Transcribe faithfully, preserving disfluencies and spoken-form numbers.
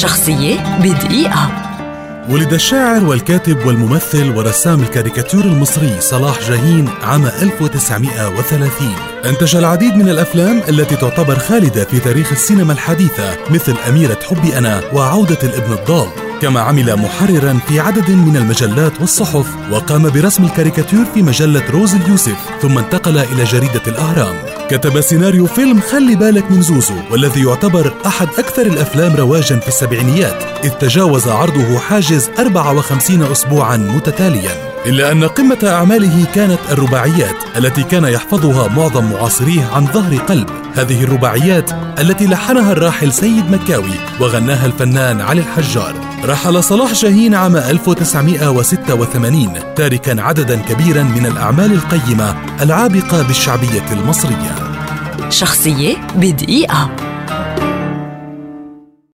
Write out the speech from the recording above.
شخصية بدقيقة. ولد الشاعر والكاتب والممثل ورسام الكاريكاتير المصري صلاح جاهين عام ألف وتسعمائة وثلاثين. أنتج العديد من الأفلام التي تعتبر خالدة في تاريخ السينما الحديثة، مثل أميرة حبي أنا وعودة الابن الضال. كما عمل محرراً في عدد من المجلات والصحف، وقام برسم الكاريكاتير في مجلة روز اليوسف، ثم انتقل إلى جريدة الأهرام. كتب سيناريو فيلم خلي بالك من زوزو، والذي يعتبر أحد أكثر الأفلام رواجاً في السبعينيات، إذ تجاوز عرضه حاجز أربعة وخمسين أسبوعاً متتالياً. إلا أن قمة أعماله كانت الرباعيات التي كان يحفظها معظم معاصريه عن ظهر قلب. هذه الرباعيات التي لحنها الراحل سيد مكاوي وغناها الفنان علي الحجار. رحل صلاح جاهين عام ألف وتسعمائة وستة وثمانين، تاركا عددا كبيرا من الأعمال القيمة العابقة بالشعبية المصرية. شخصية بدقيقة.